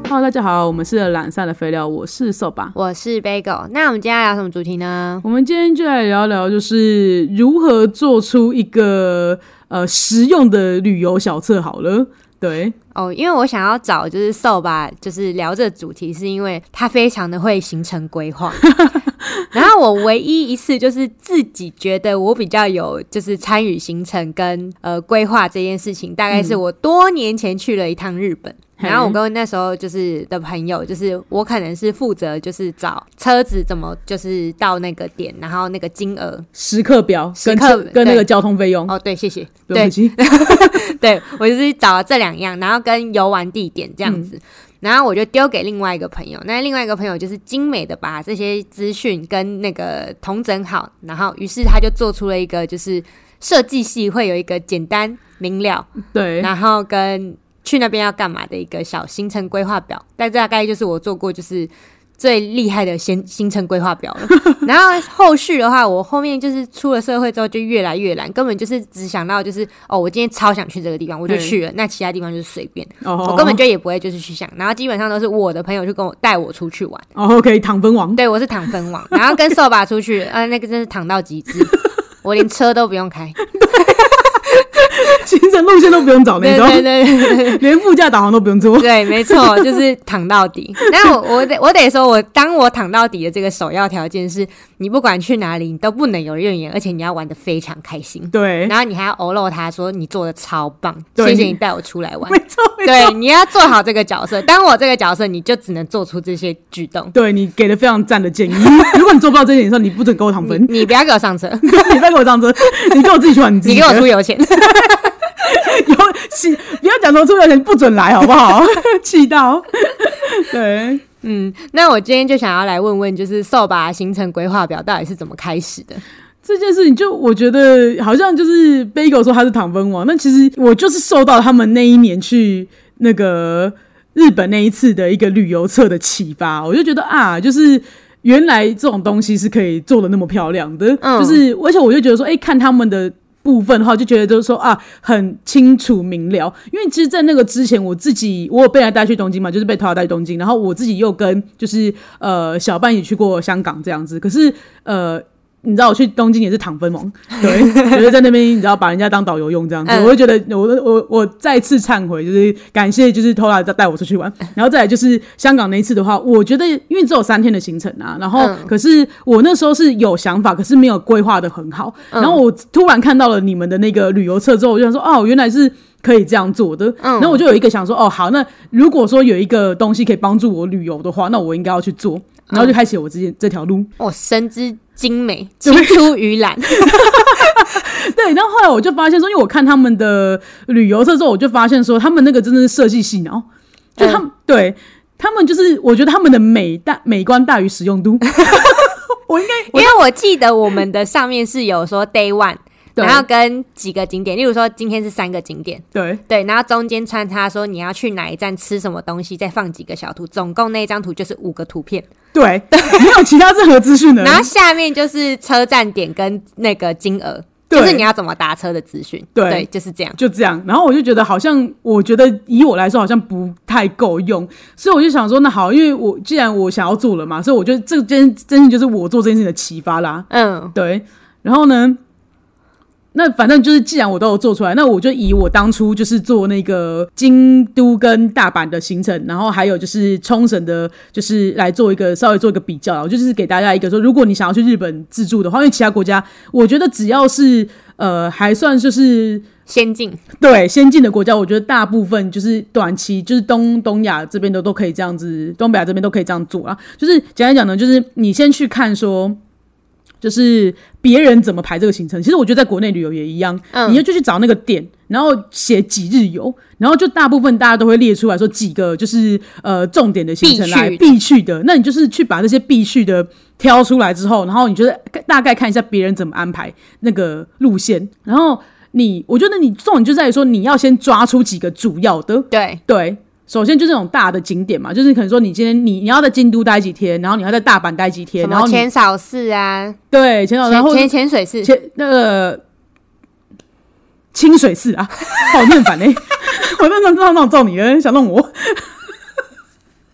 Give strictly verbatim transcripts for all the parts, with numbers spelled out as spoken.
Hello， 大家好，我们是懒散的肥料，我是瘦吧， 我是 Bagel。那我们今天要聊什么主题呢？ 我们今天就来聊聊，就是如何做出一个呃实用的旅游小册好了。对哦，因为我想要找就是瘦吧，就是聊这个主题，是因为他非常的会行程规划。然后我唯一一次就是自己觉得我比较有就是参与行程跟呃规划这件事情，大概是我多年前去了一趟日本。嗯，然后我跟那时候就是的朋友，就是我可能是负责就是找车子怎么就是到那个点，然后那个金额时刻表时刻跟跟那个交通费用。 哦，对，谢谢， 不用客气。 对，我就是找了这两样，然后跟游玩地点这样子。嗯，然后我就丢给另外一个朋友，那另外一个朋友就是精美的把这些资讯跟那个统整好，然后于是他就做出了一个就是设计系会有一个简单明了，对，然后跟去那边要干嘛的一个小行程规划表，但大概就是我做过就是最厉害的行行程规划表了。然后后续的话，我后面就是出了社会之后就越来越懒，根本就是只想到就是哦，我今天超想去这个地方，我就去了，那其他地方就是随便，哦，我根本就也不会就是去想，然后基本上都是我的朋友去跟我带我出去玩。 哦 ，OK， 躺分王， 对，我是躺分王，然后跟瘦吧出去，呃，那个真是躺到极致，我连车都不用开。 行程路线都不用找那种， 对对对对， 连副驾导航都不用做。 对，没错，就是躺到底。那我我得我得说，我当我躺到底的这个首要条件是，你不管去哪里，你都不能有怨言，而且你要玩得非常开心。 对， 然后你还要欧露他说你做的超棒，谢谢你带我出来玩。 没错，没错， 对，你要做好这个角色。当我这个角色，你就只能做出这些举动。 对，你给了非常赞的建议。如果你做不到这一点的时候，你不准给我躺分。 你, 你不要给我上车， 你不要给我上车，你给我自己去玩，你自己。 你给我出油钱。 有不要讲说出油钱不准来好不好？气到。对， 嗯，那我今天就想要来问问，就是瘦吧行程规划表到底是怎么开始的？ 这件事情就我觉得好像就是 Bagel 说他是躺分王，那其实我就是受到他们那一年去那个日本那一次的一个旅游册的启发，我就觉得啊，就是原来这种东西是可以做的那么漂亮的，嗯，就是而且我就觉得说，哎、欸，看他们的部分的话，就觉得就是说啊，很清楚明了。因为其实，在那个之前，我自己我有被人带去东京嘛，就是被偷带去东京，然后我自己又跟就是呃小伴一起去过香港这样子。可是呃。你知道我去东京也是躺分王，对，就是在那边你知道把人家当导游用这样子，嗯，我会觉得我我我再次忏悔，就是感谢就是偷拉带我出去玩，然后再来就是香港那一次的话，我觉得因为只有三天的行程啊，然后可是我那时候是有想法，可是没有规划的很好，然后我突然看到了你们的那个旅游册之后，我就想说哦，原来是可以这样做的，嗯，然后我就有一个想说哦，好，那如果说有一个东西可以帮助我旅游的话，那我应该要去做，然后就开启我这这条路。 哦，深知精美，青出于蓝。 对，然后后来我就发现说，因为我看他们的旅游册之后，我就发现说，他们那个真的是设计细脑，就他们、嗯、对他们就是，我觉得他们的美大美观大于实用度。我应该， 因为我记得我们的上面是有说 day one。然后跟几个景点，例如说今天是三个景点，对对，然后中间穿插说你要去哪一站吃什么东西，再放几个小图，总共那一张图就是五个图片， 对，没有其他任何资讯的。 然后下面就是车站点跟那个金额，就是你要怎么打车的资讯，对，对，就是这样， 就这样。然后我就觉得好像，我觉得以我来说好像不太够用，所以我就想说，那好，因为我既然我想要做了嘛，所以我觉得这件真的就是我做这件事情的启发啦。嗯，对。然后呢？那反正就是既然我都有做出来，那我就以我当初就是做那个京都跟大阪的行程，然后还有就是冲绳的，就是来做一个稍微做一个比较，我就是给大家一个说，如果你想要去日本自助的话，因为其他国家我觉得只要是呃还算就是先进， 对先进的国家，我觉得大部分就是短期就是东东亚这边的都可以这样子，东北亚这边都可以这样做啦。就是简单讲呢，就是你先去看说。就是别人怎么排这个行程，其实我觉得在国内旅游也一样，嗯，你就去找那个点，然后写几日游，然后就大部分大家都会列出来说几个就是呃重点的行程来必去的，那你就是去把这些必去的挑出来之后，然后你就是大概看一下别人怎么安排那个路线，然后你我觉得你重点就在于说你要先抓出几个主要的，对对。首先就是那种大的景点嘛，就是可能说你今天你你要在京都待几天，然后你要在大阪待几天， 什么浅草寺啊， 对，浅草，然后浅浅水寺， 浅那个清水寺啊，好念反哎、欸，我那种那种揍你了，想弄我。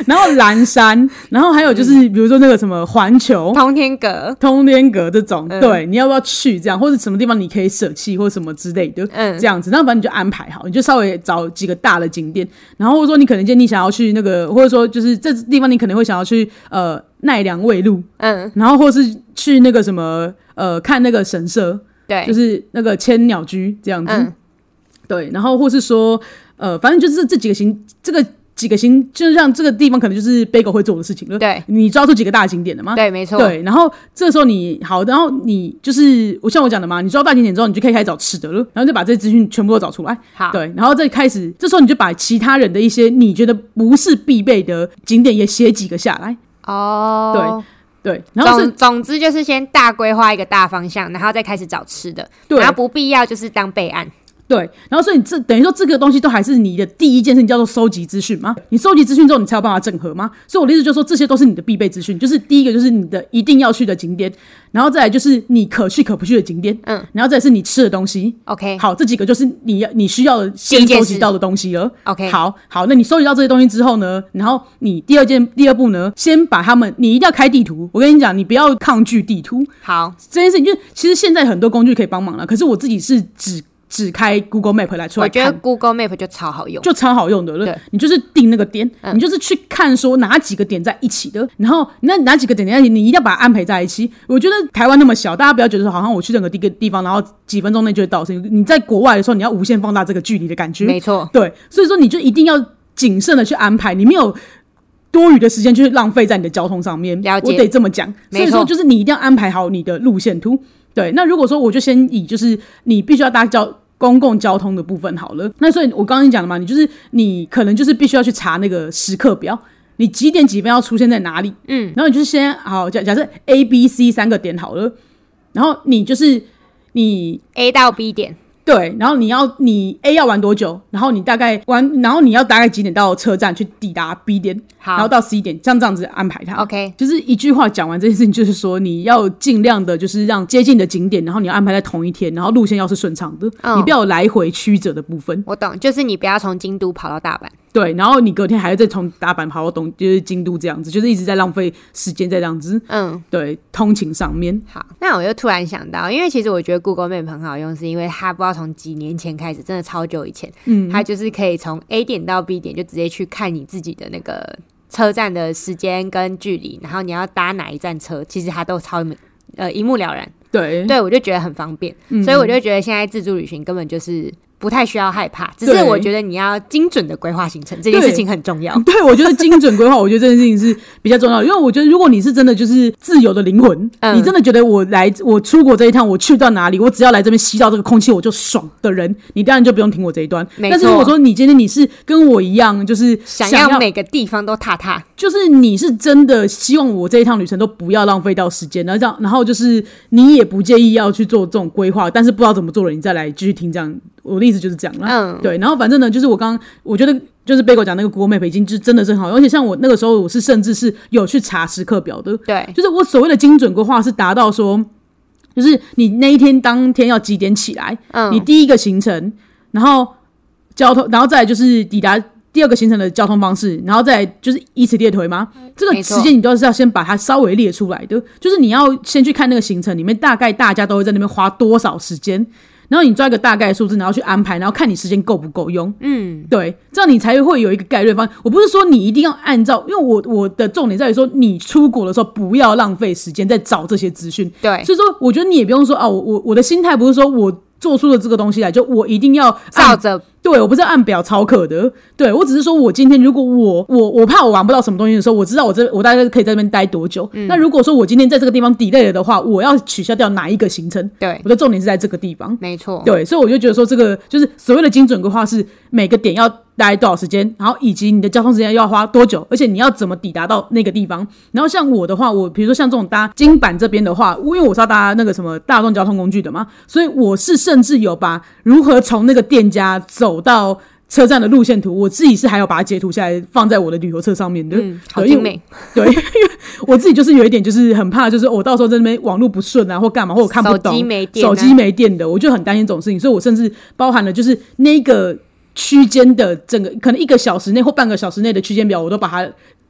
然后蓝山，然后还有就是、嗯、比如说那个什么环球、 通天阁、 通天阁这种、嗯，对，你要不要去这样，或者什么地方你可以舍弃或什么之类的，嗯，这样子，然后反正你就安排好，你就稍微找几个大的景点，然后或者说你可能今天你想要去那个，或者说就是这地方你可能会想要去呃奈良卫路，嗯，然后或是去那个什么呃看那个神社，对，就是那个千鸟居这样子，嗯，对，然后或是说呃反正就是这几个行这个。几个行，就像这个地方可能就是Bagel会做的事情了。对，你抓住几个大景点了吗？ 对，没错。 对，然后这时候你好，然后你就是我像我讲的嘛，你抓到大景点之后，你就可以开始找吃的了，然后就把这些资讯全部都找出来。好，对，然后再开始，这时候你就把其他人的一些你觉得不是必备的景点也写几个下来。哦，对。对，然后是总, 总之就是先大规划一个大方向，然后再开始找吃的，然后不必要就是当备案。 对，然后所以你这等于说这个东西都还是你的第一件事情，叫做收集资讯嘛。你收集资讯之后，你才有办法整合嘛。所以我的意思就是说，这些都是你的必备资讯。就是第一个就是你的一定要去的景点，然后再来就是你可去可不去的景点，嗯，然后再来是你吃的东西。OK， 好，这几个就是你你需要的先收集到的东西了。OK， 好，好，那你收集到这些东西之后呢，然后你第二件第二步呢，先把他们，你一定要开地图。我跟你讲，你不要抗拒地图。好，这件事情就其实现在很多工具可以帮忙了，可是我自己是只。只开 Google Map 来出来看， 我觉得 Google Map 就超好用， 就超好用的。对，你就是定那个点、嗯，你就是去看说哪几个点在一起的，然后那哪几个点在一起，你一定要把它安排在一起。我觉得台湾那么小，大家不要觉得说好像我去任何一个地方，然后几分钟内就会到。你在国外的时候，你要无限放大这个距离的感觉。 没错， 对，所以说你就一定要谨慎的去安排，你没有多余的时间去浪费在你的交通上面。了解，我得这么讲。所以说，就是你一定要安排好你的路线图。对，那如果说我就先以就是你必须要搭交。公共交通的部分好了，那所以我刚刚你讲了嘛，你就是你可能就是必须要去查那个时刻表，你几点几分要出现在哪里，嗯，然后你就是先好假假设 A、B、C 三个点好了，然后你就是你 A 到 B 点。 对，然后你要你 A 要玩多久，然后你大概玩，然后你要大概几点到车站去抵达 B 点，好，然后到 C 点，像这样子安排它。OK， 就是一句话讲完这件事情，就是说你要尽量的，就是让接近的景点，然后你要安排在同一天，然后路线要是顺畅的，嗯，你不要有来回曲折的部分。 我懂，就是你不要从京都跑到大阪。 对，然后你隔天还要再从大阪跑到东，就是京都这样子，就是一直在浪费时间在这样子。嗯，对，通勤上面。 好，那我又突然想到，因为其实我觉得 Google Map 很好用，是因为它不知道从几年前开始，真的超久以前，嗯，它就是可以从 A 点到 B 点就直接去看你自己的那个车站的时间跟距离，然后你要搭哪一站车，其实它都超呃一目了然。对，对我就觉得很方便，嗯，所以我就觉得现在自助旅行根本就是不太需要害怕，只是我觉得你要精准的规划行程，这件事情很重要。 对，对我觉得精准规划，我觉得这件事情是比较重要的，因为我觉得如果你是真的就是自由的灵魂，嗯，你真的觉得我来我出国这一趟，我去到哪里，我只要来这边吸到这个空气我就爽的人，你当然就不用听我这一段。但是如果说你今天你是跟我一样，就是想要每个地方都踏踏， 就是你是真的希望我这一趟旅程都不要浪费到时间，然后这样，然后就是你也不介意要去做这种规划，但是不知道怎么做了，你再来继续听这样。我的意思就是这样啦，嗯，对，然后反正呢，就是我刚刚我觉得就是 Bagel 讲那个 Google Map 已经就真的是很好，而且像我那个时候我是甚至是有去查时刻表的，对，就是我所谓的精准规划是达到说，就是你那一天当天要几点起来，嗯，你第一个行程，然后交通，然后再来就是抵达第二个行程的交通方式，然后再来就是以此类推吗？这个时间你都是要先把它稍微列出来的，就是你要先去看那个行程里面大概大家都会在那边花多少时间。然后你抓一个大概的数字，然后去安排，然后看你时间够不够用。嗯，对，这样你才会有一个概率方案。我不是说你一定要按照，因为我我的重点在于说，你出国的时候不要浪费时间在找这些资讯。对，所以说我觉得你也不用说啊，我我我的心态不是说我做出了这个东西来，就我一定要照着。 对，我不是按表操课的，对，我只是说我今天如果我我我怕我玩不到什么东西的时候，我知道我这我大概可以在这边待多久，嗯，那如果说我今天在这个地方 delay 了的话，我要取消掉哪一个行程？对，我的重点是在这个地方， 没错， 对，所以我就觉得说这个就是所谓的精准规划是每个点要待多少时间，然后以及你的交通时间要花多久，而且你要怎么抵达到那个地方。然后像我的话，我比如说像这种搭京阪这边的话，因为我是要搭那个什么大众交通工具的嘛，所以我是甚至有把如何从那个店家走到车站的路线图，我自己是还有把它截图下来放在我的旅游册上面的， 嗯，好精美。 对，因为我自己就是有一点就是很怕，就是我到时候在那边网络不顺啊，或干嘛，或我看不懂， 手机没电、啊， 手机没电的，我就很担心这种事情，所以我甚至包含了就是那个区间的整个可能一个小时内或半个小时内的区间表，我都把它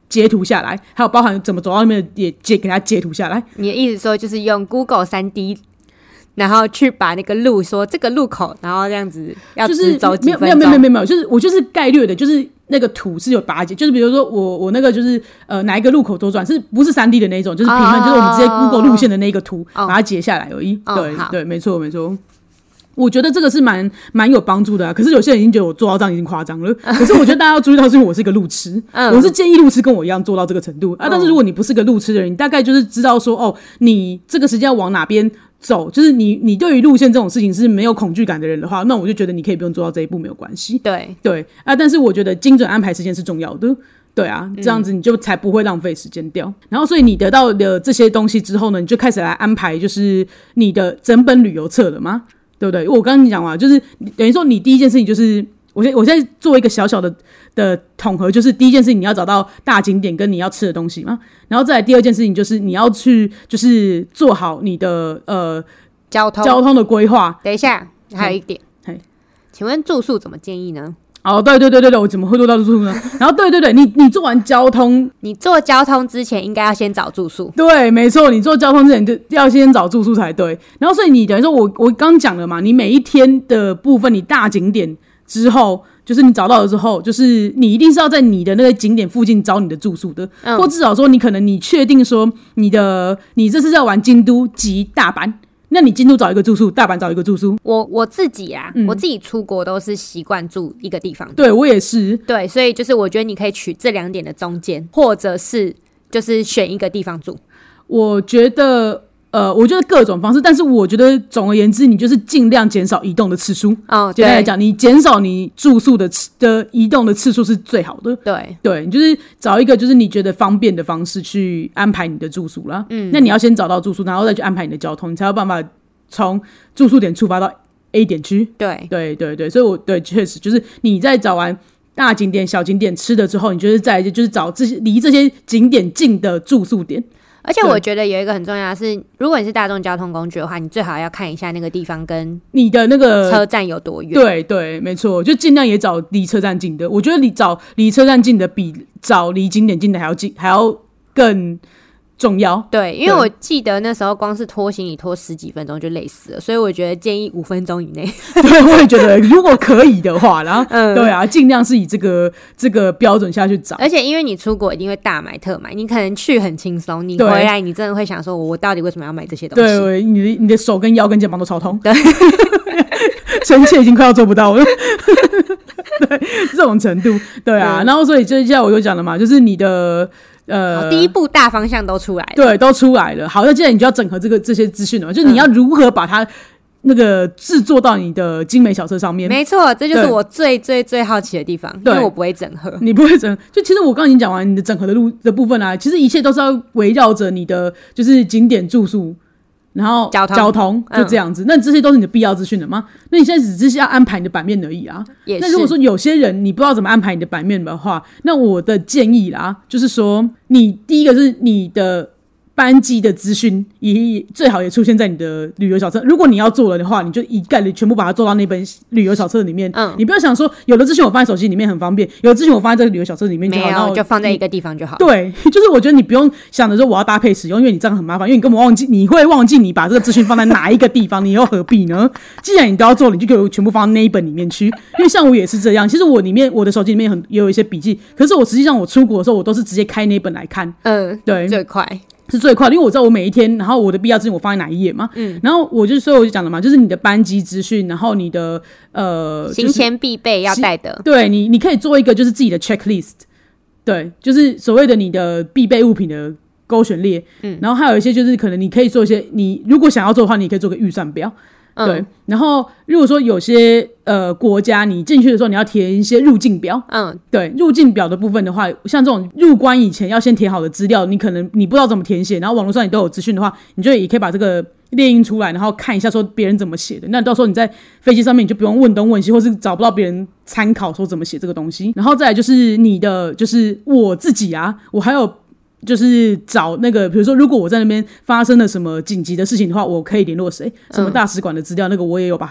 截图下来，还有包含怎么走到那边也截给他截图下来。 你的意思说就是用 Google 三 D， 然后去把那个路说这个路口，然后这样子要只走几分钟？ 没有没有没有没有没有，就是我就是概略的，就是那个图是有把它截，就是比如说我我那个就是呃哪一个路口左转，是不是 三 D 的那种，就是平面， oh, 就是我们直接 Google 路线的那个图， oh. 把它截下来而已。Oh, 对对，没错没错。我觉得这个是蛮蛮有帮助的啊，可是有些人已经觉得我做到这样已经夸张了。可是我觉得大家要注意到，是因为我是一个路痴，嗯、我是建议路痴跟我一样做到这个程度啊。但是如果你不是个路痴的人，你大概就是知道说，哦，你这个时间要往哪边走，就是你你对于路线这种事情是没有恐惧感的人的话，那我就觉得你可以不用做到这一步没有关系。 对对啊，但是我觉得精准安排时间是重要的。对啊，这样子你就才不会浪费时间掉、嗯。然后，所以你得到了这些东西之后呢，你就开始来安排，就是你的整本旅游册了吗？对不对？我刚刚讲嘛，就是等于说你第一件事情就是我现我现在做一个小小的的统合，就是第一件事情你要找到大景点跟你要吃的东西嘛，然后再来第二件事情就是你要去就是做好你的呃交通交通的规划。 等一下，还有一点，请问住宿怎么建议呢？ 哦，对对对对对，我怎么会落到住宿呢？然后对对对，你你做完交通， 你做交通之前应该要先找住宿。 对，没错，你做交通之前就要先找住宿才对。然后所以你等于说我我刚讲了嘛，你每一天的部分，你大景点之后，就是你找到了之后，就是你一定是要在你的那个景点附近找你的住宿的，嗯、或至少说你可能你确定说你的你这次要玩京都及大阪。那你京都找一个住宿，大阪找一个住宿。 我我自己啊、嗯，我自己出国都是习惯住一个地方。 对，我也是。 对，所以就是我觉得你可以取这两点的中间，或者是就是选一个地方住。 我觉得。呃，我觉得各种方式，但是我觉得总而言之，你就是尽量减少移动的次数。哦，简单来讲，你减少你住宿的的移动的次数是最好的。 对， 对，你就是找一个就是你觉得方便的方式去安排你的住宿啦。嗯，那你要先找到住宿，然后再去安排你的交通，你才有办法从住宿点出发到 A 点去。 对， 对，对，对，所以我对确实就是你在找完大景点、小景点吃的之后，你就是再就是找这些离这些景点近的住宿点。 而且我觉得有一个很重要的是，如果你是大众交通工具的话，你最好要看一下那个地方跟你的那个车站有多远。 对对，没错，就尽量也找离车站近的。我觉得你找离车站近的比找离景点近的还要近，还要更重要。 对，因为我记得那时候光是拖行李拖十几分钟就累死了，所以我觉得建议五分钟以内。 对，我也觉得如果可以的话，然后、嗯、对啊，尽量是以这个这个标准下去找。 而且因为你出国一定会大买特买，你可能去很轻松，你回来你真的会想说，我到底为什么要买这些东西？ 对，你的你的手跟腰跟肩膀都超痛，对，臣妾已经快要做不到了。对，这种程度，对啊。嗯、然后所以接下来我就讲了嘛，就是你的。呃， 第一步大方向都出来了， 对，都出来了。好，那接下来你就要整合这个这些资讯了嘛，就是你要如何把它那个制作到你的精美小册上面。 没错，这就是我最最最好奇的地方，因为我不会整合。 你不会整合，就其实我刚刚已经讲完你的整合的路的部分啊，其实一切都是要围绕着你的就是景点住宿。然后交通交通就这样子、嗯、那这些都是你的必要资讯了吗？那你现在只是要安排你的版面而已啊。也是。那如果说有些人你不知道怎么安排你的版面的话，那我的建议啦，就是说你第一个是你的班机的资讯也最好也出现在你的旅游小册。如果你要做了的话，你就一概的全部把它做到那本旅游小册里面。嗯，你不要想说有的资讯我放在手机里面很方便，有的资讯我放在这个旅游小册里面就好， 没有然后就放在一个地方就好。 对，就是我觉得你不用想着说我要搭配使用，因为你这样很麻烦，因为你根本忘记，你会忘记你把这个资讯放在哪一个地方，你又何必呢？既然你都要做了，你就给我全部放到那一本里面去。因为像我也是这样，其实我里面我的手机里面很也有一些笔记，可是我实际上我出国的时候，我都是直接开那本来看。嗯，对， 最快。 是最快的，因为我知道我每一天，然后我的必要资讯我放在哪一页嘛，嗯，然后我就所以我就讲了嘛，就是你的班机资讯，然后你的呃行前必备要带的， 对你你可以做一个就是自己的 checklist， 对，就是所谓的你的必备物品的勾选列，嗯，然后还有一些就是可能你可以做一些，你如果想要做的话，你可以做个预算表。对，嗯、然后如果说有些呃国家你进去的时候你要填一些入境表，嗯，对，入境表的部分的话，像这种入关以前要先填好的资料，你可能你不知道怎么填写，然后网络上你都有资讯的话，你就也可以把这个列印出来，然后看一下说别人怎么写的，那到时候你在飞机上面你就不用问东问西，或是找不到别人参考说怎么写这个东西。然后再来就是你的就是我自己啊，我还有就是找那个比如说如果我在那边发生了什么紧急的事情的话，我可以联络谁，什么大使馆的资料、嗯、那个我也有把它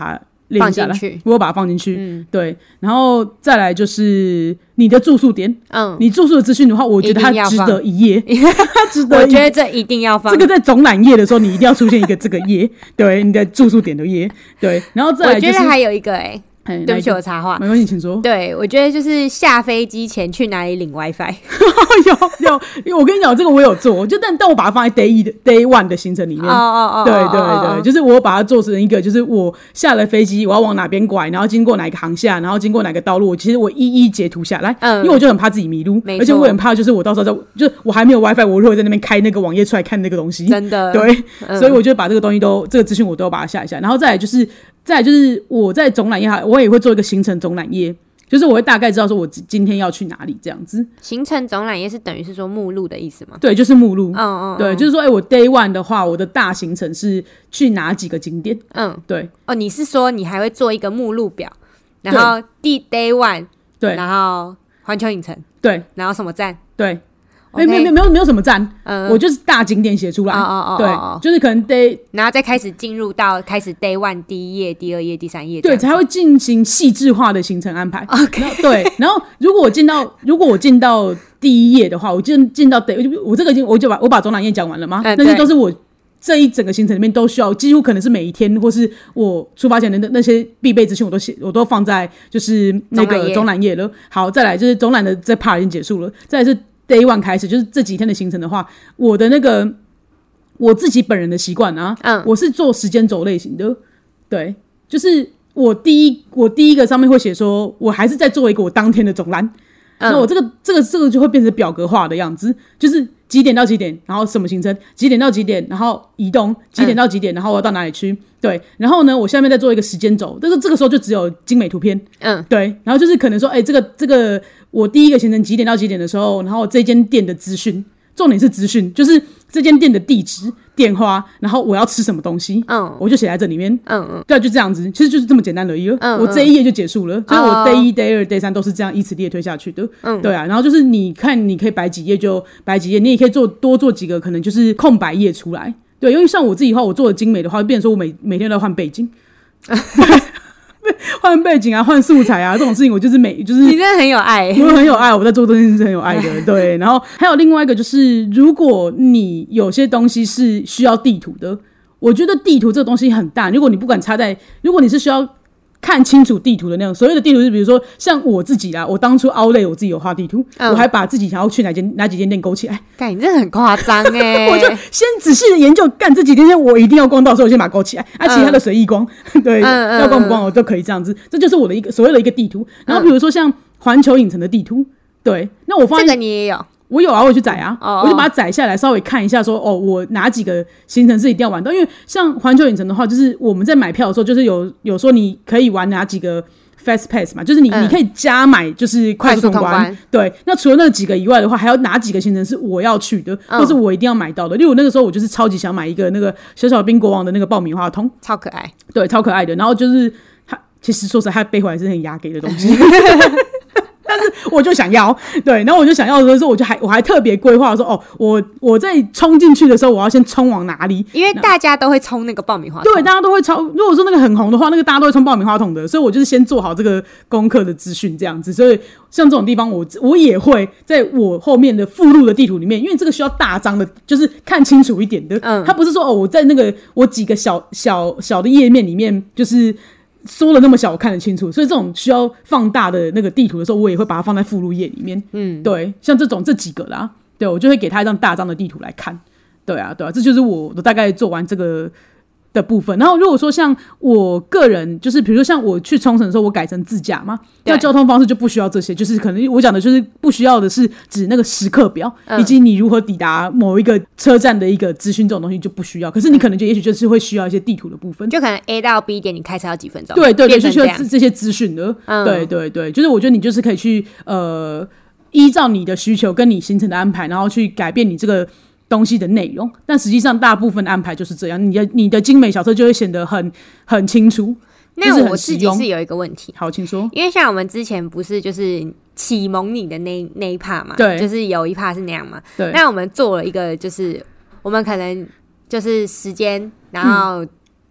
连下来，我有把它放进去、嗯、对，然后再来就是你的住宿点，嗯，你住宿的资讯的话我觉得它值得一页它值得一， 我觉得这一定要放， 这个在总览页的时候你一定要出现一个这个页对，你的住宿点的页，对，然后再来、就是、 我觉得还有一个哎、欸，对不起我插话， 没关系请说。 对，我觉得就是下飞机前去哪里领 WiFi 有有，我跟你讲这个我有做，就但但我把它放在 day 一的 day one 的行程里面，哦哦哦，对对对， oh, oh, oh. 就是我把它做成一个，就是我下了飞机我要往哪边拐，然后经过哪个航厦，然后经过哪个道路，其实我一一截图下来、嗯、因为我就很怕自己迷路，而且我很怕就是我到时候在就我还没有 WiFi 我如果在那边开那个网页出来看那个东西， 真的对、嗯、所以我就把这个东西都这个资讯我都把它下一下，然后再来就是再来就是我在总览页我也会做一个行程总览页，就是我会大概知道说我今天要去哪里这样子。 行程总览页是等于是说目录的意思吗？ 对，就是目录。 嗯嗯， 对，就是说，哎、欸，我 day one 的话，我的大行程是去哪几个景点？嗯，对。 哦，你是说你还会做一个目录表，然后第 day one， 对，然后环球影城， 对， 然后什么站， 对。没、okay. 没没没有没有什么站、嗯，我就是大景点写出来，哦哦哦对，就是可能 day， 然后再开始进入到开始 day one 第一页、第二页、第三页， 对，才会进行细致化的行程安排。 OK， 对，然后如果我进到如果我进到第一页的话，我进进到 day， 我这个已经我就把我把总览页讲完了吗？嗯、那些都是我这一整个行程里面都需要，几乎可能是每一天或是我出发前的那些必备资讯，我都写我都放在就是那个总览页了。好，再来就是总览的这 part 已经结束了，再来是。day one 开始就是这几天的行程的话，我的那个我自己本人的习惯啊、嗯，我是做时间轴类型的，对，就是我第一我第一个上面会写说，我还是在做一个我当天的总览，那、嗯、我这个这个这个就会变成表格化的样子，就是几点到几点，然后什么行程，几点到几点，然后移动，几点到几点，然后我要到哪里去，对，然后呢，我下面再做一个时间轴，但是这个时候就只有精美图片，嗯，对，然后就是可能说，哎、欸，这个这个。我第一个行程几点到几点的时候，然后这间店的资讯，重点是资讯，就是这间店的地址、电话，然后我要吃什么东西，嗯，我就写在这里面，嗯嗯，对，就这样子，其实就是这么简单而已了，嗯，我这一页就结束了，所以我 day 一、day 二、day 三都是这样依此列推下去的，嗯，对啊，然后就是你看，你可以摆几页就摆几页，你也可以做多做几个可能就是空白页出来，对，因为像我自己的话，我做的精美的话，变成说我每每天都要换背景。换背景啊，换素材啊，这种事情我就是每就是你真的很有爱、欸， 我很有爱，我在做这件事是很有爱的，对。然后还有另外一个就是，如果你有些东西是需要地图的，我觉得地图这个东西很大，如果你不管插在，如果你是需要看清楚地图的那种，所谓的地图是比如说像我自己啦，我当初 Outlet 我自己有画地图、嗯、我还把自己想要去哪间哪几间店勾起来， 干你真的很夸张欸我就先仔细的研究，干这几天我一定要光到的时候我先把它勾起来啊，其他的随意光、嗯、对、嗯、要光不光我都可以这样子，这就是我的一个所谓的一个地图。然后比如说像环球影城的地图，对，那我发现这个你也有， 我有啊，我有去载啊， oh, 我就把它载下来，稍微看一下说，哦，我哪几个行程是一定要玩到，因为像环球影城的话，就是我们在买票的时候，就是有有说你可以玩哪几个 Fast Pass 嘛，就是你、嗯、你可以加买，就是快速通关，快速通关，对。那除了那几个以外的话，还有哪几个行程是我要去的，嗯、或是我一定要买到的？例如那个时候我就是超级想买一个那个小小冰国王的那个爆米花桶， 超可爱， 对，超可爱的。然后就是它，其实说实在，它背回来是很压给的东西。但是我就想要，对，然后我就想要的时候，我就还我还特别规划说，哦，我我在冲进去的时候，我要先冲往哪里？ 因为大家都会冲那个爆米花桶， 对，大家都会冲。如果说那个很红的话，那个大家都会冲爆米花桶的，所以我就是先做好这个功课的资讯这样子。所以像这种地方我，我我也会在我后面的附录的地图里面，因为这个需要大张的，就是看清楚一点的。嗯，它不是说哦，我在那个我几个小小小的页面里面，就是说了那么小我看得清楚，所以这种需要放大的那个地图的时候，我也会把它放在附录页里面。嗯，对，像这种这几个啦，对，我就会给他一张大张的地图来看。对啊，对啊，这就是我我大概做完这个的部分。然后如果说像我个人，就是比如说像我去冲绳的时候，我改成自驾嘛，那交通方式就不需要这些，就是可能我讲的就是不需要的是指那个时刻表、嗯、以及你如何抵达某一个车站的一个资讯，这种东西就不需要。可是你可能就也许就是会需要一些地图的部分， 就可能 A 到 B 点你开车要几分钟， 对对对，就需要这些资讯的、嗯、对对对，就是我觉得你就是可以去呃依照你的需求跟你行程的安排，然后去改变你这个东西的内容，但实际上大部分的安排就是这样，你的你的精美小册就会显得很很清楚。 那我自己是有一个问题， 好，请说。 因为像我们之前不是就是启蒙你的那那一 part 嘛， 对， 就是有一 part 是那样嘛， 对。 那我们做了一个，就是我们可能就是时间，然后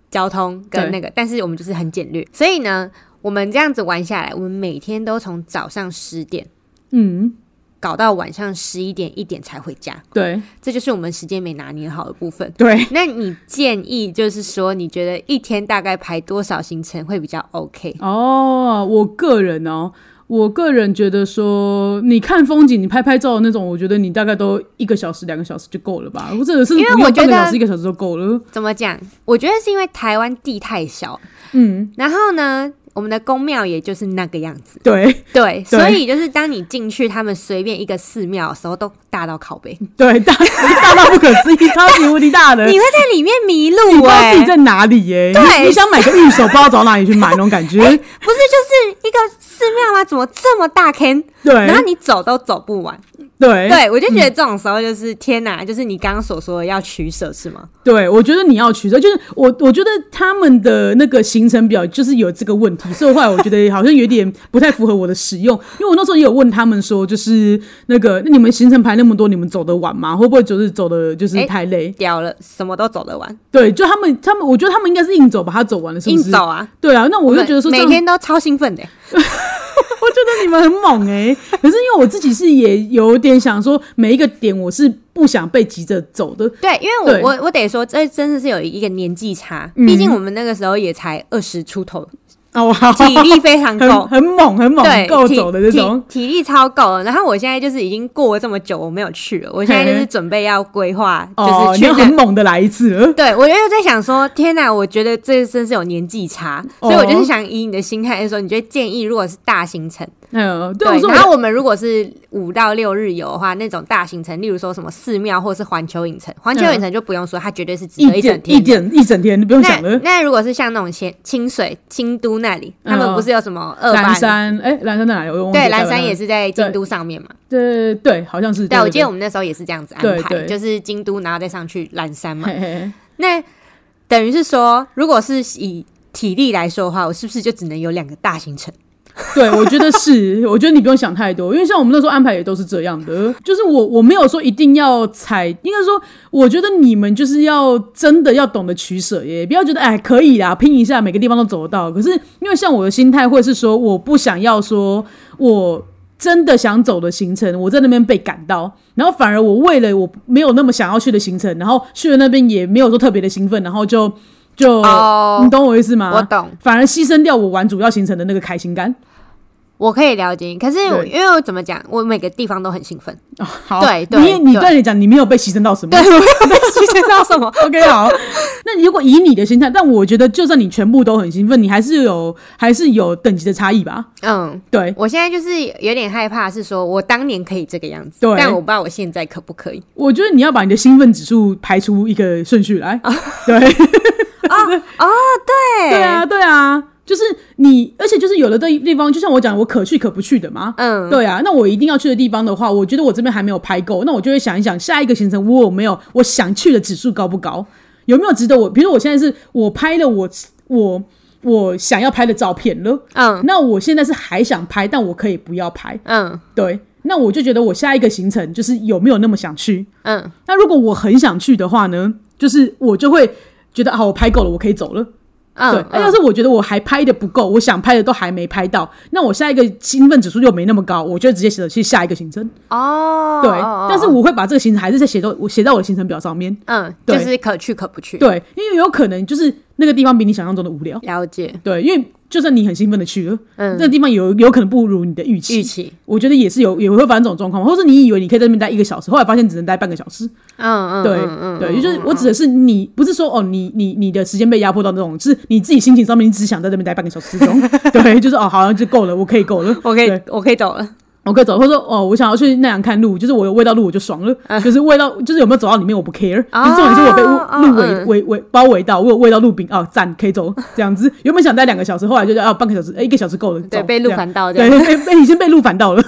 交通跟那个，但是我们就是很简略，所以呢，我们这样子玩下来，我们每天都从早上十点，嗯，搞到晚上十一点一点才回家。 对， 这就是我们时间没拿捏好的部分。 对， 那你建议就是说，你觉得一天大概排多少行程会比较 OK？ 哦，我个人哦。我个人觉得说，你看风景，你拍拍照的那种，我觉得你大概都一个小时、两个小时就够了吧？或者是不用半个小时、一个小时就够了。 怎么讲？我觉得是因为台湾地太小，嗯，然后呢，我们的宫庙也就是那个样子， 对对, 对，所以就是当你进去他们随便一个寺庙的时候，都大到靠背， 对，大大到不可思议，超级无敌大的， 你会在里面迷路、欸， 你不知道自己在哪里耶、欸？对，你想买个玉手，不知道找哪里去买那种感觉，欸、 不是就是一个寺庙吗？怎么这么大坑？对，然后你走都走不完。对，对，我就觉得这种时候就是、嗯、天哪，就是你刚刚所说的要取舍是吗？ 对，我觉得你要取舍，就是我我觉得他们的那个行程表就是有这个问题，所以后来我觉得好像有点不太符合我的使用，因为我那时候也有问他们说，就是那个那你们行程排那么多，你们走得完吗？会不会就是走的就是太累？ 屌了，什么都走得完。 对，就他们他们，我觉得他们应该是硬走把它走完了，是不是？ 硬走啊！ 对啊，那我就觉得说每天都超兴奋的、欸。 我觉得你们很猛哎、欸，可是因为我自己是也有点想说，每一个点我是不想被急着走的。 对，因为我我我得说，这真的是有一个年纪差，毕、嗯、竟我们那个时候也才二十出头。哦，体力非常够， 很猛很猛，够走的那种， 体力超够了。然后我现在就是已经过了这么久，我没有去了。我现在就是准备要规划，就是去、 哦、你要很猛的来一次了。 对，我就在想说，天哪，我觉得这真是有年纪差，哦、所以我就是想以你的心态来说，你觉得建议如果是大行程，嗯，对，对，然后我们如果是五到六日游的话，那种大行程，例如说什么寺庙或是环球影城，环球影城就不用说，它绝对是值得一整天， 一整一整天，你不用想了。 那, 那如果是像那种清水、京都那里，他们不是有什么二班蓝山？哎、欸，蓝山在哪里？我对，蓝山也是在京都上面嘛。 对对，好像是。 对，我记得我们那时候也是这样子安排，就是京都，然后再上去蓝山嘛。嘿嘿，那等于是说，如果是以体力来说的话，我是不是就只能有两个大行程？ 对，我觉得是，我觉得你不用想太多，因为像我们那时候安排也都是这样的，就是我我没有说一定要踩，应该说，我觉得你们就是要真的要懂得取舍耶，不要觉得哎可以啦，拼一下每个地方都走得到。可是因为像我的心态会是说，我不想要说我真的想走的行程，我在那边被赶到，然后反而我为了我没有那么想要去的行程，然后去了那边也没有说特别的兴奋，然后就就、oh, 你懂我意思吗？ 我懂， 反而牺牲掉我玩主要行程的那个开心感。 我可以了解，可是因为我怎么讲，我每个地方都很兴奋。 哦、好， 对对， 你你对你讲，你没有被牺牲到什么？ 对，我没有被牺牲到什么。 OK， 好。那如果以你的心态，但我觉得就算你全部都很兴奋，你还是有还是有等级的差异吧？嗯，对。 我现在就是有点害怕，是说我当年可以这个样子，但我不知道我现在可不可以。 我觉得你要把你的兴奋指数排出一个顺序来。哦、对。 哦哦，对， 对啊，对啊。就是你，而且就是有的地方，就像我讲，我可去可不去的嘛。嗯，对啊。那我一定要去的地方的话，我觉得我这边还没有拍够，那我就会想一想，下一个行程我有没有我想去的指数高不高，有没有值得我？比如说我现在是我拍了我我我想要拍的照片了，嗯，那我现在是还想拍，但我可以不要拍，嗯，对。那我就觉得我下一个行程就是有没有那么想去，嗯。那如果我很想去的话呢，就是我就会觉得啊，我拍够了，我可以走了。嗯、对，那要是我觉得我还拍的不够，我想拍的都还没拍到，那我下一个兴奋指数又没那么高，我就直接写去下一个行程。哦，对，哦、但是我会把这个行程还是在写到我写在我的行程表上面。嗯， 就是可去可不去。 对，因为有可能就是那个地方比你想象中的无聊。 了解。 对，因为就算你很兴奋的去了，嗯，那个地方有有可能不如你的预期。 预期， 我觉得也是有也会发生这种状况，或是你以为你可以在那边待一个小时，后来发现只能待半个小时。嗯嗯，对嗯嗯对，就是我指的是你，不是说哦，你你你的时间被压迫到那种，是你自己心情上面，你只想在这边待半个小时之中。对，就是哦，好像就够了，我可以够了， 我可以我可以走了。 我可以走，或者说哦，我想要去那样看路，就是我有喂到路我就爽了，呃、就是喂到，就是有没有走到里面我不 care，、哦、就是重点是我被路围围围包围到，我有喂到路饼哦，赞可以走这样子。原本想待两个小时，后来就要、哦、半个小时，哎，一个小时够了， 对，被路反到， 对，被被已经被路反到了，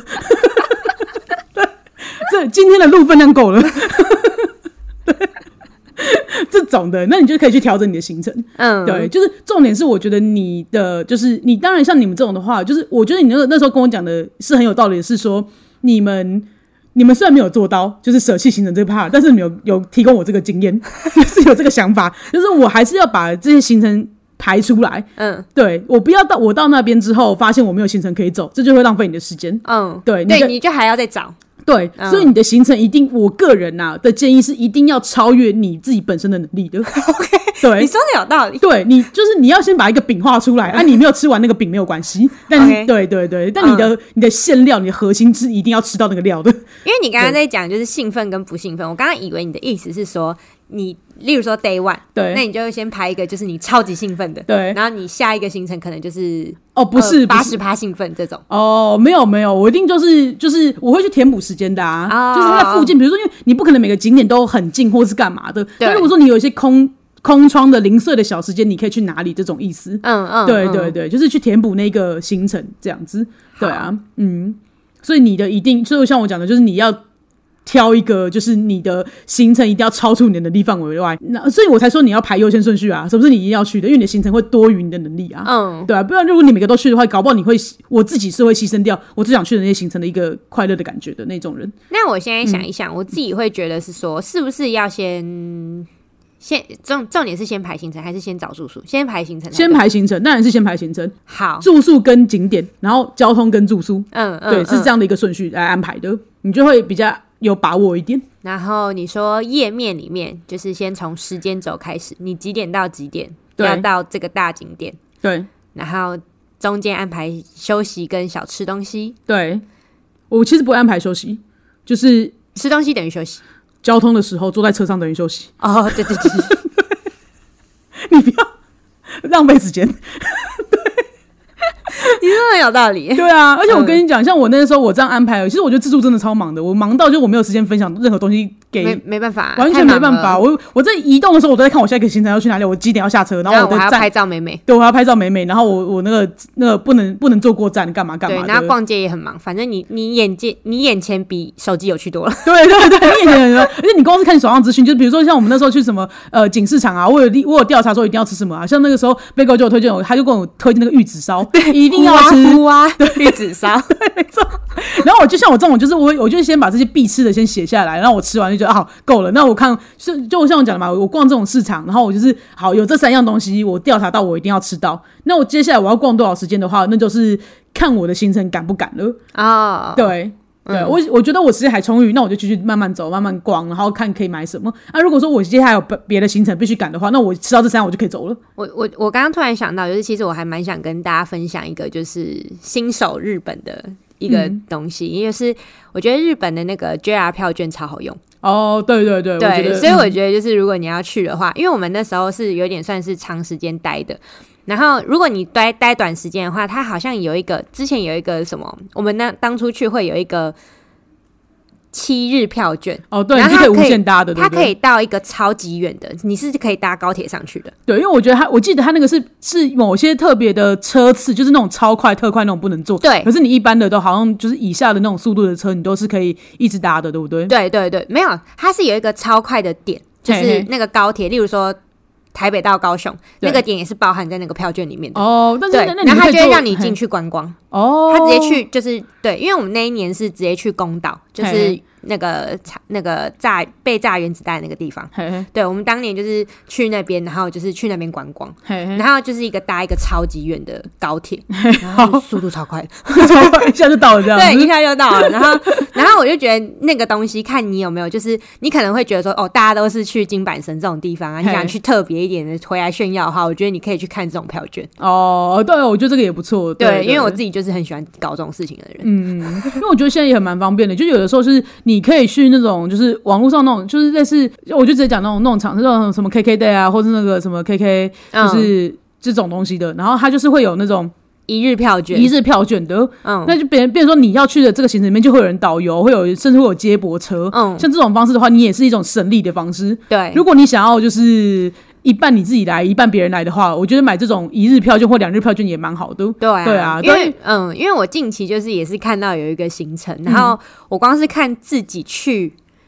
这今天的路分量够了。这种的，那你就可以去调整你的行程。嗯，对，就是重点是，我觉得你的就是你，当然像你们这种的话，就是我觉得你那那时候跟我讲的是很有道理的，是说你们你们虽然没有做到就是舍弃行程这个 part， 但是你们有有提供我这个经验，就是有这个想法，就是我还是要把这些行程排出来。嗯，对，我不要到我到那边之后发现我没有行程可以走，这就会浪费你的时间。嗯，对， 对，你就还要再找。 对、嗯，所以你的行程一定，我个人呐、啊、的建议是一定要超越你自己本身的能力的。 OK， 对， 你说的有道理。 对，你就是你要先把一个饼画出来，啊，你没有吃完那个饼没有关系，但是、okay. 对对对，但你的、嗯、你的馅料，你的核心是一定要吃到那个料的。 因为你刚刚在讲就是兴奋跟不兴奋，我刚刚以为你的意思是说你。例如说 day one， 对，那你就先排一个就是你超级兴奋的，对，然后你下一个行程可能就是哦不是八十趴兴奋这种哦，没有没有，我一定就是就是我会去填补时间的啊，哦、就是它附近，比如说因为你不可能每个景点都很近或是干嘛的，但如果说你有一些空空窗的零碎的小时间，你可以去哪里这种意思，嗯嗯，对对对，就是去填补那个行程这样子，对啊，嗯，所以你的一定，所以像我讲的，就是你要。挑一个就是你的行程一定要超出你的能力范围外，那所以我才说你要排优先顺序啊，什么是你一定要去的，因为你的行程会多于你的能力啊，嗯，对啊，不然如果你每个都去的话，搞不好你会，我自己是会牺牲掉我最想去的那些行程的一个快乐的感觉的那种人。 那我现在想一想，嗯、我自己会觉得是说，是不是要先先重重点是先排行程，还是先找住宿？先排行程， 先排行程，当然是先排行程。 好， 住宿跟景点，然后交通跟住宿，嗯嗯，对，是这样的一个顺序来安排的，你就会比较有把握一点。 然后你说页面里面就是先从时间轴开始，你几点到几点要到这个大景点， 对， 然后中间安排休息跟小吃东西。 对，我其实不会安排休息，就是吃东西等于休息， 交通的时候坐在车上等于休息。 哦，对对对你不要浪费时间。 你说的有道理。 对啊，而且我跟你讲、嗯、像我那时候我这样安排，其实我觉得自助真的超忙的，我忙到就我没有时间分享任何东西给， 没没办法， 完全没办法。我我在移动的时候我都在看我下一个行程要去哪里，我几点要下车，然后我还要拍照美美， 对，我还要拍照美美，然后我我那个那个不能不能坐过站干嘛干嘛的， 对，然后逛街也很忙，反正你你眼界你眼前比手机有趣多了。 对对对，你眼前很多，而且你光是看你手上资讯，就是比如说像我们那时候去什么呃景市场啊，我有我有调查说一定要吃什么啊，像那个时候贝哥就有推荐我，他就跟我推荐那个玉子烧，对，一定要吃。 哇，玉子烧， 对，没错。然后我就像我这种，就是我，我就先把这些必吃的先写下来，然后我吃完就觉得啊，够了。那我看，就就像我讲的嘛，我逛这种市场，然后我就是好有这三样东西，我调查到我一定要吃到。那我接下来我要逛多少时间的话，那就是看我的行程赶不赶了啊。对。对、嗯、我我觉得我时间还充裕，那我就继续慢慢走慢慢逛，然后看可以买什么。那、啊、如果说我接下来有别的行程必须赶的话，那我吃到这三样我就可以走了。 我我我刚刚突然想到，就是其实我还蛮想跟大家分享一个就是新手日本的一个东西，因为是我觉得日本的那个 J R 票券超好用。 哦，对对对， 对， 我觉得所以我觉得就是如果你要去的话，嗯、因为我们那时候是有点算是长时间待的。然后如果你待待短时间的话，它好像有一个之前有一个什么，我们那当初去会有一个七日票券哦，对，你可以无限搭的，对不对？它可以到一个超级远的，你是可以搭高铁上去的。 对，因为我觉得它，我记得它那个是是某些特别的车次，就是那种超快、特快那种不能坐。 对， 可是你一般的都好像就是以下的那种速度的车，你都是可以一直搭的，对不对？ 对对对，没有，它是有一个超快的点，就是那个高铁，例如说台北到高雄那个点也是包含在那个票券里面的哦。但是对，那然后它就会让你进去观光哦，他直接去就是对，因为我们那一年是直接去宫岛，就是那个那个炸被炸原子弹的那个地方。嘿嘿对，我们当年就是去那边，然后就是去那边观光，嘿嘿然后就是一个搭一个超级远的高铁，然后速度超快， 一下就到了这样子。 对，一下就到了。然后然后我就觉得那个东西，看你有没有，就是你可能会觉得说，哦，大家都是去金板神这种地方啊，你想去特别一点的回来炫耀的话，我觉得你可以去看这种票券。 哦，对，我觉得这个也不错。对， 对对因为我自己就是很喜欢搞这种事情的人。 嗯，因为我觉得现在也很蛮方便的，就有的时候是你可以去那种就是网络上那种就是类似，我就直接讲那种那种场那种什么 K K Day 啊，或是那个什么 K K 就是这种东西的，嗯、然后它就是会有那种一日票券， 一日票券的，嗯，那就别人变成说你要去的这个行程里面就会有人导游，会有甚至会有接驳车，嗯，像这种方式的话，你也是一种省力的方式。 对， 如果你想要就是一半你自己来，一半别人来的话，我觉得买这种一日票券或两日票券也蛮好的。 对啊， 对啊， 因为嗯，因为我近期就是也是看到有一个行程，然后我光是看自己去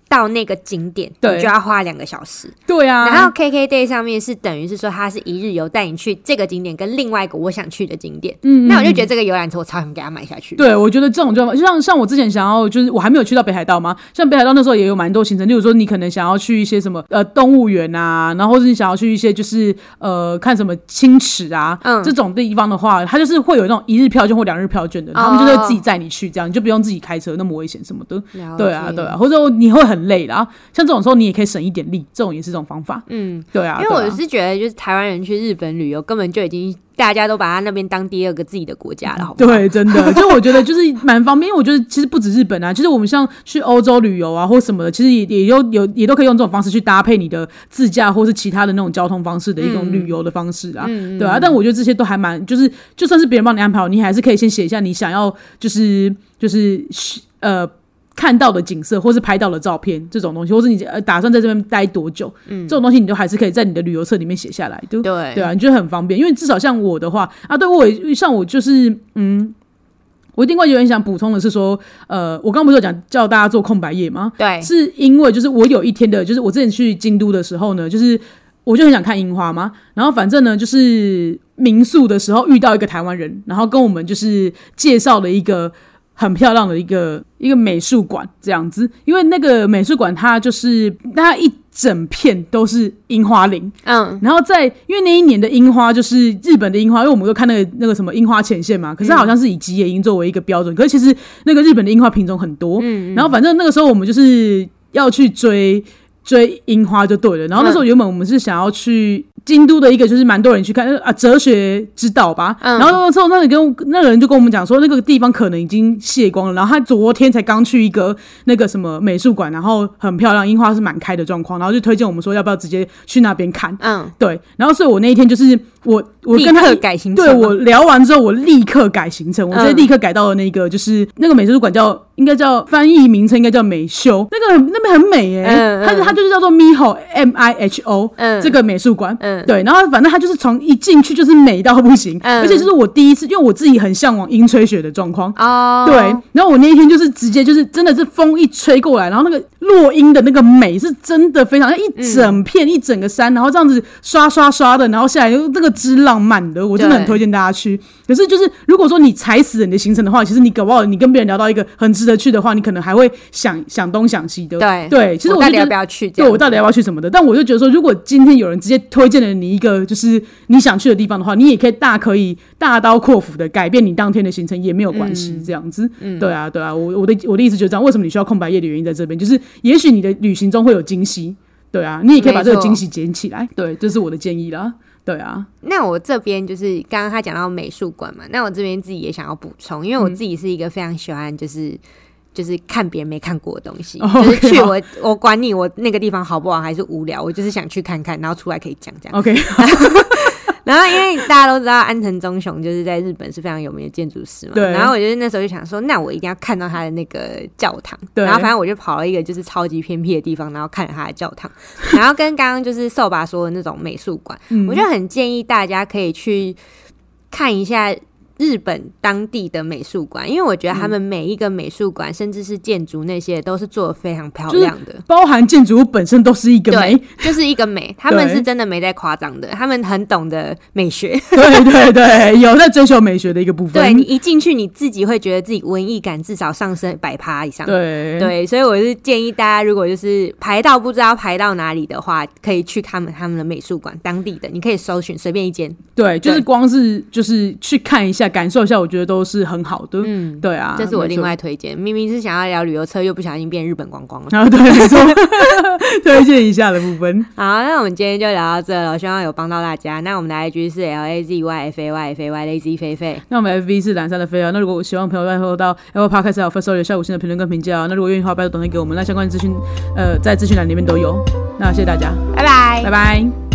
到那个景点， 对， 你就要花两个小时。 对啊， 然后 K K Day 上面是等于是说它是一日游，带你去这个景点跟另外一个我想去的景点。嗯，那我就觉得这个游览车我超想给它买下去。 对，我觉得这种就像像我之前想要，就是我还没有去到北海道嘛，像北海道那时候也有蛮多行程，例如说你可能想要去一些什么呃动物园啊，然后或者你想要去一些就是呃看什么清池啊、嗯、这种地方的话，它就是会有那种一日票券或两日票券的，他们就是会自己载你去，这样你就不用自己开车那么危险什么的。对啊，对啊，或者你会很累啦，像这种时候你也可以省一点力，这种也是一种方法。嗯，对啊， 因为我是觉得就是台湾人去日本旅游根本就已经大家都把他那边当第二个自己的国家了，好不好？ 对，真的，就我觉得就是蛮方便，因为我觉得其实不止日本啊，其实我们像去欧洲旅游啊或什么的，其实也也有有也都可以用这种方式去搭配你的自驾或是其他的那种交通方式的一种旅游的方式啊，嗯、对啊。但我觉得这些都还蛮，就是就算是别人帮你安排好，你还是可以先写一下你想要就是就是呃。看到的景色或是拍到的照片这种东西，或是你打算在这边待多久、嗯、这种东西你都还是可以在你的旅游册里面写下来。 对, 对啊，你觉得很方便，因为至少像我的话啊，对我像我就是嗯我另外有点想补充的是说，呃，我刚刚不是有讲叫大家做空白页吗？ 对， 是因为就是我有一天的，就是我之前去京都的时候呢，就是我就很想看樱花嘛，然后反正呢，就是民宿的时候遇到一个台湾人，然后跟我们就是介绍了一个很漂亮的一个一个美术馆这样子，因为那个美术馆它就是它一整片都是樱花林，嗯，然后在因为那一年的樱花就是日本的樱花，因为我们都看那个那个什么樱花前线嘛，可是它好像是以吉野樱作为一个标准，可是其实那个日本的樱花品种很多，嗯，然后反正那个时候我们就是要去追追樱花就对了，然后那时候原本我们是想要去京都的一个就是蛮多人去看啊哲学之道吧、嗯、然后那时候那个跟那个人就跟我们讲说那个地方可能已经卸光了，然后他昨天才刚去一个那个什么美术馆，然后很漂亮，樱花是满开的状况，然后就推荐我们说要不要直接去那边看，嗯，对，然后所以我那一天就是我我跟他立刻改行程， 对，我聊完之后我立刻改行程，我直接立刻改到了那个就是那个美术馆叫应该叫翻译名称应该叫美秀，那个那边很美耶、欸嗯嗯、它, 它就是叫做 Miho M I H O、嗯、这个美术馆、嗯、对，然后反正它就是从一进去就是美到不行、嗯、而且就是我第一次，因为我自己很向往樱吹雪的状况、哦、对，然后我那一天就是直接就是真的是风一吹过来，然后那个落樱的那个美是真的非常一整片、嗯、一整个山，然后这样子刷刷刷的，然后下来这个之浪漫的，我真的很推荐大家去。可是就是如果说你踩死了你的行程的话，其实你搞不好你跟别人聊到一个很值得去的话，你可能还会想想东想西的。 对对，其实我到底要不要去？ 对，我到底要不要去什么的？但我就觉得说，如果今天有人直接推荐了你一个就是你想去的地方的话，你也可以大可以大刀阔斧的改变你当天的行程也没有关系、嗯，这样子。嗯，对啊，对啊，我我的我的意思就是这样。为什么你需要空白页的原因在这边，就是也许你的旅行中会有惊喜，对啊，你也可以把这个惊喜捡起来。对，这是我的建议啦。对啊， 那我这边就是刚刚他讲到美术馆嘛，那我这边自己也想要补充，因为我自己是一个非常喜欢就是、嗯、就是看别人没看过的东西， oh, 就是去我、okay, 我管你我那个地方好不好还是无聊，我就是想去看看，然后出来可以讲这样。OK 然后因为大家都知道安藤忠雄就是在日本是非常有名的建筑师嘛，对，然后我就是那时候就想说那我一定要看到他的那个教堂，对，然后反正我就跑了一个就是超级偏僻的地方，然后看了他的教堂，然后跟刚刚就是寿爸说的那种美术馆、嗯、我就很建议大家可以去看一下日本当地的美术馆，因为我觉得他们每一个美术馆、嗯、甚至是建筑那些都是做得非常漂亮的、就是、包含建筑物本身都是一个美，就是一个美，他们是真的没在夸张的，他们很懂得美学对对对，有在追求美学的一个部分， 对，你一进去你自己会觉得自己文艺感至少上升百趴以上，对对，所以我是建议大家如果就是排到不知道排到哪里的话，可以去他们他们的美术馆，当地的你可以搜寻随便一间， 对，就是光是就是去看一下感受一下，我觉得都是很好的。嗯，对啊， 这是我另外推荐。明明是想要聊旅游车，又不小心变日本观光了。 啊，对，没错，推荐一下的部分。 好，那我们今天就聊到这了，希望有帮到大家。那我们的 I G 是 L A Z Y F A Y F A Y Lazy 菲菲，那我们 F B 是蓝山的菲啊。那如果喜欢的朋友，拜托到 Apple Podcast 还有 First Story 下五星的评论跟评价。那如果愿意的话，拜托抖内给我们，那相关的资讯呃在资讯栏里面都有。那谢谢大家， 拜拜， 拜拜。